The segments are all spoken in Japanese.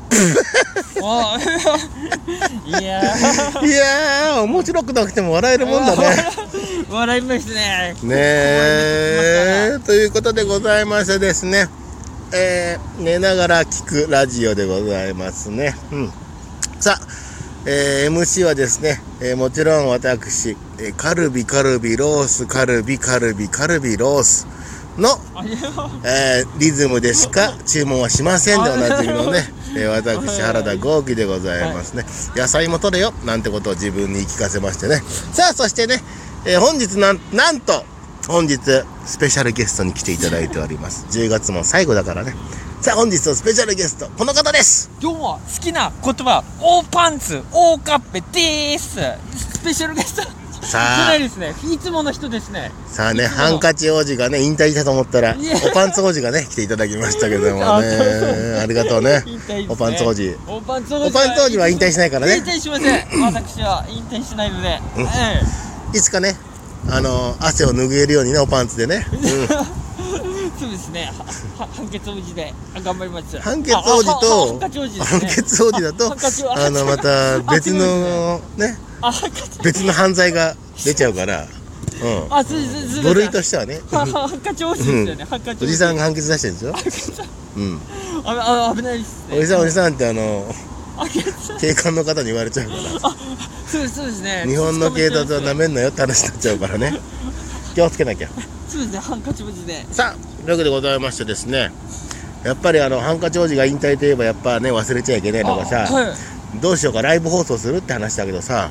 いやー面白くなくても笑えるもんだね。 笑いますね。 ねえ、ということでございましてですね、寝ながら聞くラジオでございますね。さあ、MC はですね、もちろん私、カルビロースカルビロースの、リズムでしか注文はしませんでおなじみのね、私原田豪輝でございますね。野菜も取れよなんてことを自分に言い聞かせましてね。さあ、そしてね、本日なんと本日スペシャルゲストに来ていただいております。10月も最後だからね。さあ、本日のスペシャルゲスト、この方です。 今日は好きな言葉、大パンツ大カッペでーす。スペシャルゲストさあ、 じゃないですね、いつもの人ですね。 さあね、ハンカチ王子がね、引退したと思ったらおパンツ王子がね、来ていただきましたけどもね。ありがとうね、おパンツ王子。おパンツ王子は引退しないからね。 引退しません。私は引退しないので、 いつかね、汗を拭えるようにね、おパンツでね。 そうですね。判決王子で頑張ります。 判決王子とハンカチ王子ですね。 判決王子だとまた別のね、別の犯罪が出ちゃうから、部類としてはね、 ハンカチ王子ですよね。 おじさんが判決出してるんですよ。 危ないですね。 おじさんって警官の方に言われちゃうから。 そうですね。 日本の警察はなめんなよって話になっちゃうからね。気をつけなきゃ。 そうですね、ハンカチ王子で。 さあ、というわけでございましてですね、やっぱりハンカチ王子が引退といえばやっぱね、忘れちゃいけないのがさ、どうしようかライブ放送するって話だけどさ、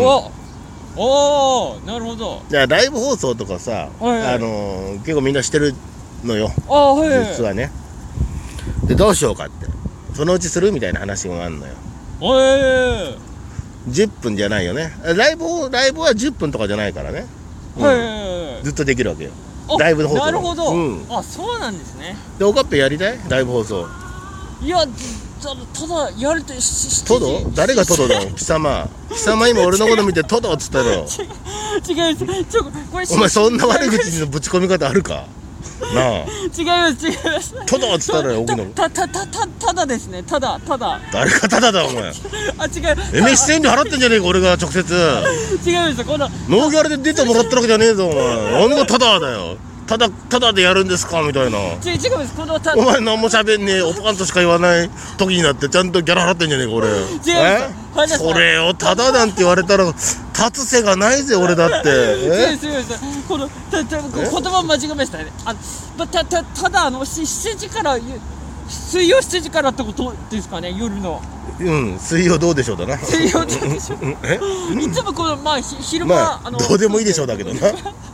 おー、なるほど。 じゃあライブ放送とかさ、結構みんなしてるのよ、実はね。で、どうしようかって、そのうちするみたいな話もあんのよ。10分じゃないよね。ライブは10分とかじゃないからね。ずっとできるわけよ、ライブ放送。 なるほど。そうなんですね。 で、おかっぺやりたい？ライブ放送。 いや、ただやるとトド？誰がトドだよ。貴様今俺のこと見てトドっつったろ。 違うこれお前そんな悪口のぶち込み方あるかなあ。 違いますトドっつったら起きの。 ただですね。ただ誰がただだお前。 違う。 MSN で払ってんじゃねえか俺が直接。 違うんですよ。このノーギャラで出てもらってるわけじゃねえぞお前。何がただだよ。ただでやるんですかみたいな。 違うんです。このお前何も喋んねえ、おパンとしか言わない時になってちゃんとギャラ払ってんじゃねえか俺。それをただなんて言われたら立つ瀬がないぜ俺だって。 この言葉間違えましたね。ただ7時から水曜7時からってことですかね、夜の。 水曜どうでしょうだな。 水曜どうでしょう。いつもこの昼間どうでもいいでしょうだけどな。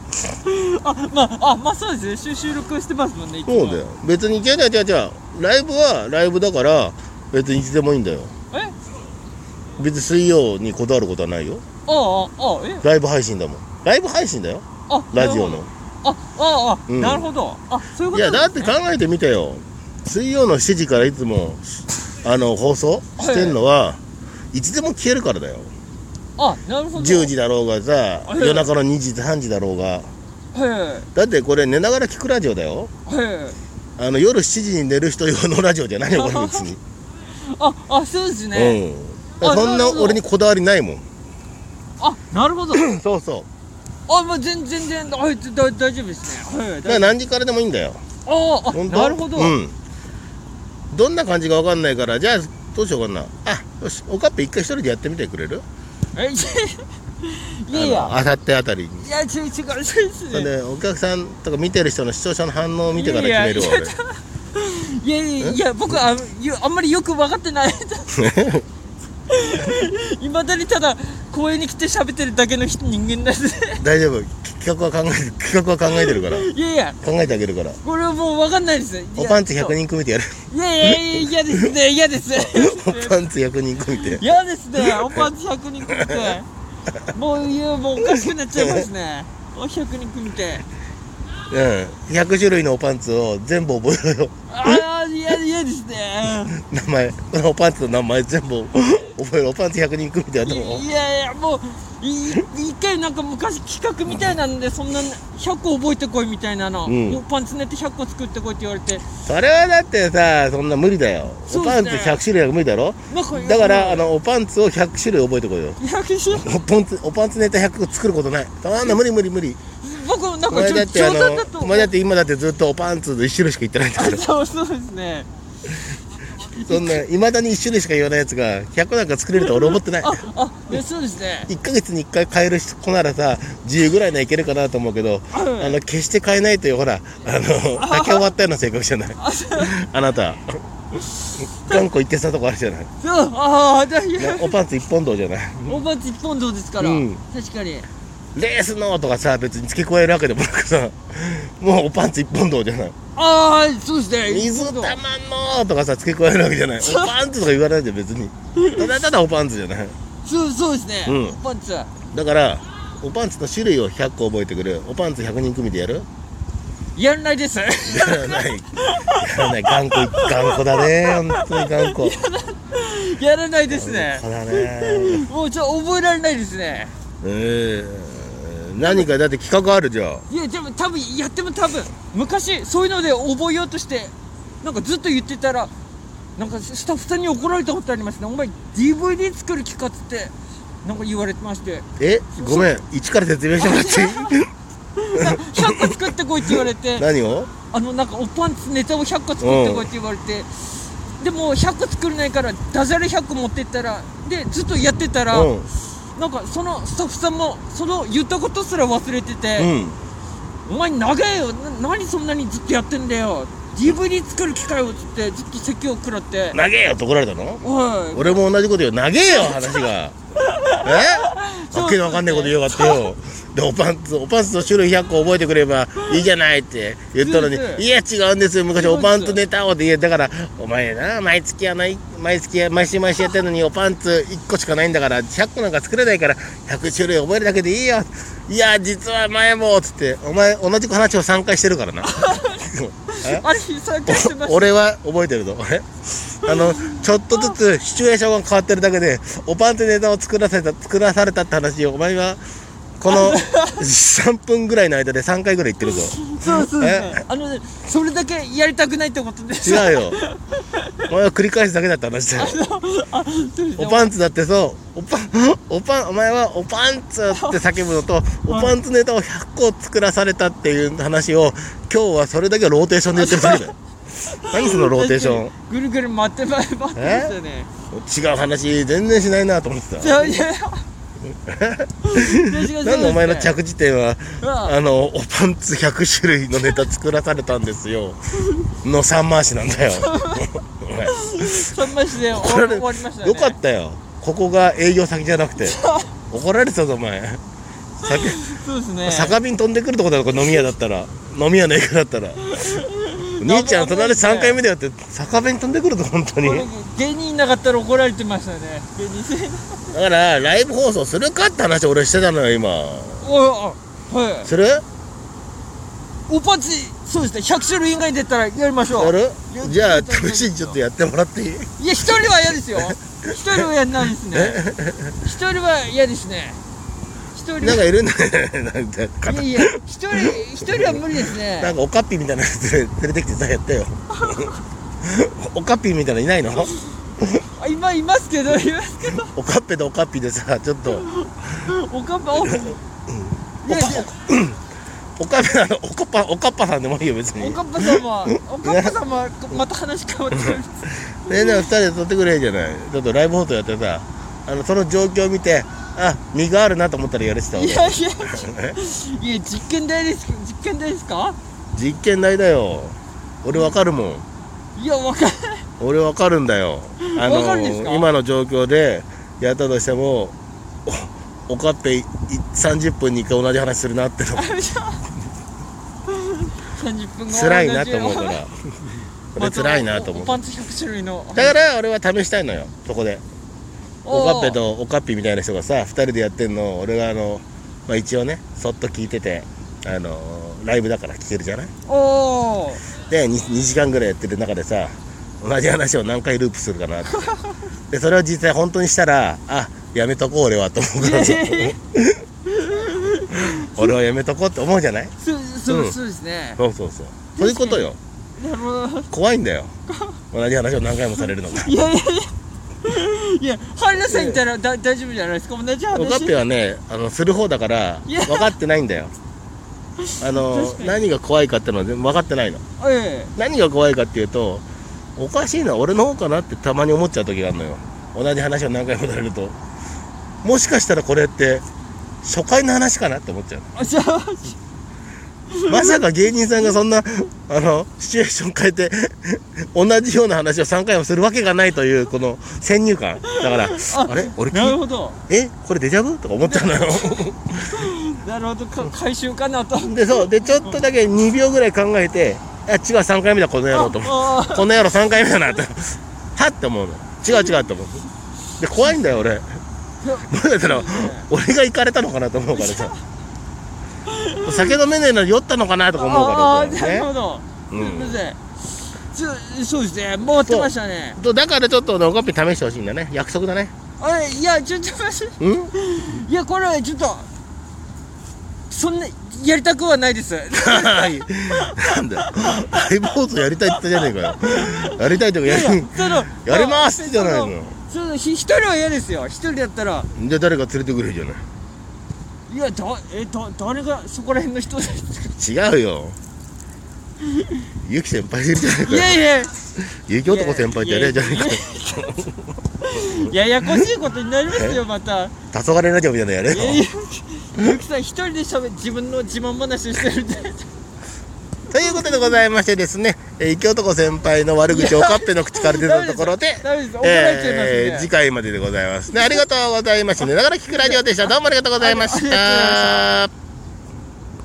そうですね。収録してますもんね。 そうだよ。別にじゃあライブはライブだから別にいつでもいいんだよ。別に水曜にこだわることはないよ。ライブ配信だもん。ライブ配信だよ。ラジオの。 なるほど。そういうこと。 いやだって考えてみてよ。水曜の7時からいつも放送してんのはいつでも消えるからだよ。 なるほど。 10時だろうがさ、夜中の2時3時だろうが。だってこれ寝ながら聞くラジオだよ。夜7時に寝る人用のラジオじゃないよこれ別に。 そうですね。 そんな俺にこだわりないもん。 なるほど。 そう全然大丈夫ですね。 だから何時からでもいいんだよ。 なるほど。 どんな感じか分かんないから、じゃあどうしようかな。よし、おかっぺ一回一人でやってみてくれる？ いやあさってあたりに。 いや違うですね。 でお客さんとか見てる人の視聴者の反応を見てから決めるわ俺。 いや僕あんまりよく分かってない。いまだにただ公園に来て喋ってるだけの人間ですね。 大丈夫、企画は考えてるから。 いや考えてあげるから。 これはもう分かんないです。 おパンツ100人組みてやる。 嫌ですね。嫌です。 おパンツ100人組みて。 嫌ですね。おパンツ100人組みて。もうおかしくなっちゃいますね。100人組みて。 100種類のおパンツを全部覚えろよ。 嫌ですね。 名前、このおパンツの名前全部覚える？おパンツ100人組ってやったの？ いやいや、もう一回なんか昔企画みたいなんで、そんな100個覚えてこいみたいなの、もうパンツネタ100個作ってこいって言われて、 それはだってさ、そんな無理だよ。おパンツ100種類は無理だろ。だからおパンツを100種類覚えてこいよ。 100種類おパンツネタ100個作ることない。そんな無理。 僕なんかお前だって冗談だとお前だって今だってずっとおパンツの1種類しか言ってないんだから。 そうですね。 そんないまだに1種類しか言わないやつが100個なんか作れると俺思ってない。 そうですね。 1ヶ月に1回買える子ならさ10ぐらいならいけるかなと思うけど、決して買えないというほら竹終わったような性格じゃない。あなた頑固言ってたとこあるじゃない。おパンツ一本道じゃない。 おパンツ一本道ですから、確かにレースのとかさ別に付け加えるわけでもなくさ、もうおパンツ一本道じゃない。 そうですね。 水たまんのとかさ付け加えるわけじゃない。おパンツとか言わないで別にただおパンツじゃない。 そうですね、おパンツだからおパンツの種類を100個覚えてくる。おパンツ100人組でやる？ やらないです。やらない頑固だね、本当に頑固。 やらないですね。もう覚えられないですね。 何かだって企画あるじゃん。 いやでも多分昔そういうので覚えようとしてなんかずっと言ってたら、なんかスタッフさんに怒られたことありますね。お前 DVD 作る気かっつってなんか言われてまして。 ごめん、一から説明してもらっていい ？100個作ってこいって言われて何を？ なんかおパンツネタを100個作ってこいって言われて、でも100個作れないからダジャレ100個持ってったら、でずっとやってたら、なんかそのスタッフさんもその言ったことすら忘れてて、お前長えよ、何そんなにずっとやってんだよ、 DVD 作る機会をっつってずっと説教を食らって。 長えよって怒られたの？俺も同じこと言う。長えよ話がわけのわかんないこと言いやがってよ。でおパンツの種類100個覚えてくればいいじゃないって言ったのに、いや違うんですよ、昔おパンツネタをって言え。だからお前な、毎週やってるのにおパンツ1個しかないんだから100個なんか作れないから100種類覚えるだけでいいよ。いや実は前もつって、お前同じ話を3回してるからな。俺は覚えてるぞ。ちょっとずつシチュエーションが変わってるだけでおパンツネタを作らされたって話をお前はこの3分ぐらいの間で3回ぐらい言ってるぞ。 そうですね。それだけやりたくないってことです。 違うよ、お前は繰り返すだけだった話だよ。おパンツだってそうお前はおパンツって叫ぶのとおパンツネタを100個作らされたっていう話を今日はそれだけをローテーションで言ってるだけだよ。何そのローテーション。 ぐるぐる回ってましたよね。 違う話全然しないなと思ってた。なんでお前の着地点はおパンツ100種類のネタ作らされたんですよの3回しなんだよ。 3回しで終わりましたね。 よかったよ、ここが営業先じゃなくて。怒られてたぞお前。 そうですね。 酒瓶飛んでくるとこだろ、これ飲み屋の営業だったら。兄ちゃん隣3回目でやって酒瓶飛んでくると本当に。 芸人いなかったら怒られてましたね。芸人だからライブ放送するかって話俺してたのよ今。する？ おパンツそうですね、100種類以外出たらやりましょう。 やる？じゃあ試しにちょっとやってもらっていい？いや 1人は嫌ですよ。1人はやんないですね。1人は嫌ですね。 なんかいるんだね。 いや一人は無理ですね。 なんかおかっぴみたいなやつ連れてきてさやったよ。おかっぴみたいなのいないの？ 今いますけど。 おかっぺとおかっぴでさちょっと。おかっぱさんでもいいよ別に。 おかっぱさんはまた話変わってる。 2人で撮ってくれじゃない。ちょっとライブ放送やってさ、その状況を見て。身があるなと思ったらやるしたわ。いや実験台ですか？ 実験台だよ。俺わかるもん。 いやわかる。 俺わかるんだよ。 わかるんですか？ 今の状況でやったとしてもおかっぺ30分に1回同じ話するなっての。 30分後辛いなと思うから。俺辛いなと思う。 パンツ100種類の。 だから俺は試したいのよそこで。おかっぺとおかっぴみたいな人がさ2人でやってんのを俺が一応ねそっと聞いててライブだから聞けるじゃない。で 2時間ぐらいやってる中でさ同じ話を何回ループするかなってでそれを実際本当にしたらやめとこう俺はと思うから俺はやめとこうって思うじゃない。 そうですね。 そうそういうことよ。 なるほど。 怖いんだよ同じ話を何回もされるのが。 いやハイラさんいたら大丈夫じゃないですか。同じ話。 オカッペはねする方だから分かってないんだよ。何が怖いかってのは分かってないの。何が怖いかっていうと、おかしいな俺の方かなってたまに思っちゃう時があるのよ。同じ話を何回もされると、もしかしたらこれって初回の話かなって思っちゃう。まさか芸人さんがそんなシチュエーション変えて同じような話を3回もするわけがないというこの先入観だから、あれ俺なるほど、 これデジャブとか思っちゃうのよ。 なるほど、回収かなと。 でちょっとだけ2秒ぐらい考えて、違う3回目だこの野郎と思う。この野郎3回目だなってはって思うの。違うって思う。で怖いんだよ俺。もしかしたら俺が行かれたのかなと思うからさ、酒飲めねえのに酔ったのかなとか思うからなるほど。そうですね、回ってましたね。 だからちょっとおかっぺ試してほしいんだね。約束だね。 いやちょっと待って、いやこれちょっとそんなやりたくはないです。 なんだよ、ライブ放送やりたいって言ったじゃねえかよ。やりたいとかやりますってじゃないの。 一人は嫌ですよ。一人だったらじゃあ誰か連れてくれるじゃない。 いや誰がそこら辺の人ですか。違うよ、ゆき先輩いるじゃないかよ。 いやゆき男先輩ってやれじゃないかよ。 ややこしいことになりますよまた。 黄昏ラジオみたいなのやれよ。 ゆきさん一人で自分の自慢話してるんで。 ということでございましてですね、ゆき男先輩の悪口をおかっぺの口から出たところで次回まででございますね。ありがとうございました。寝ながら聞くラジオでした。どうもありがとうございました。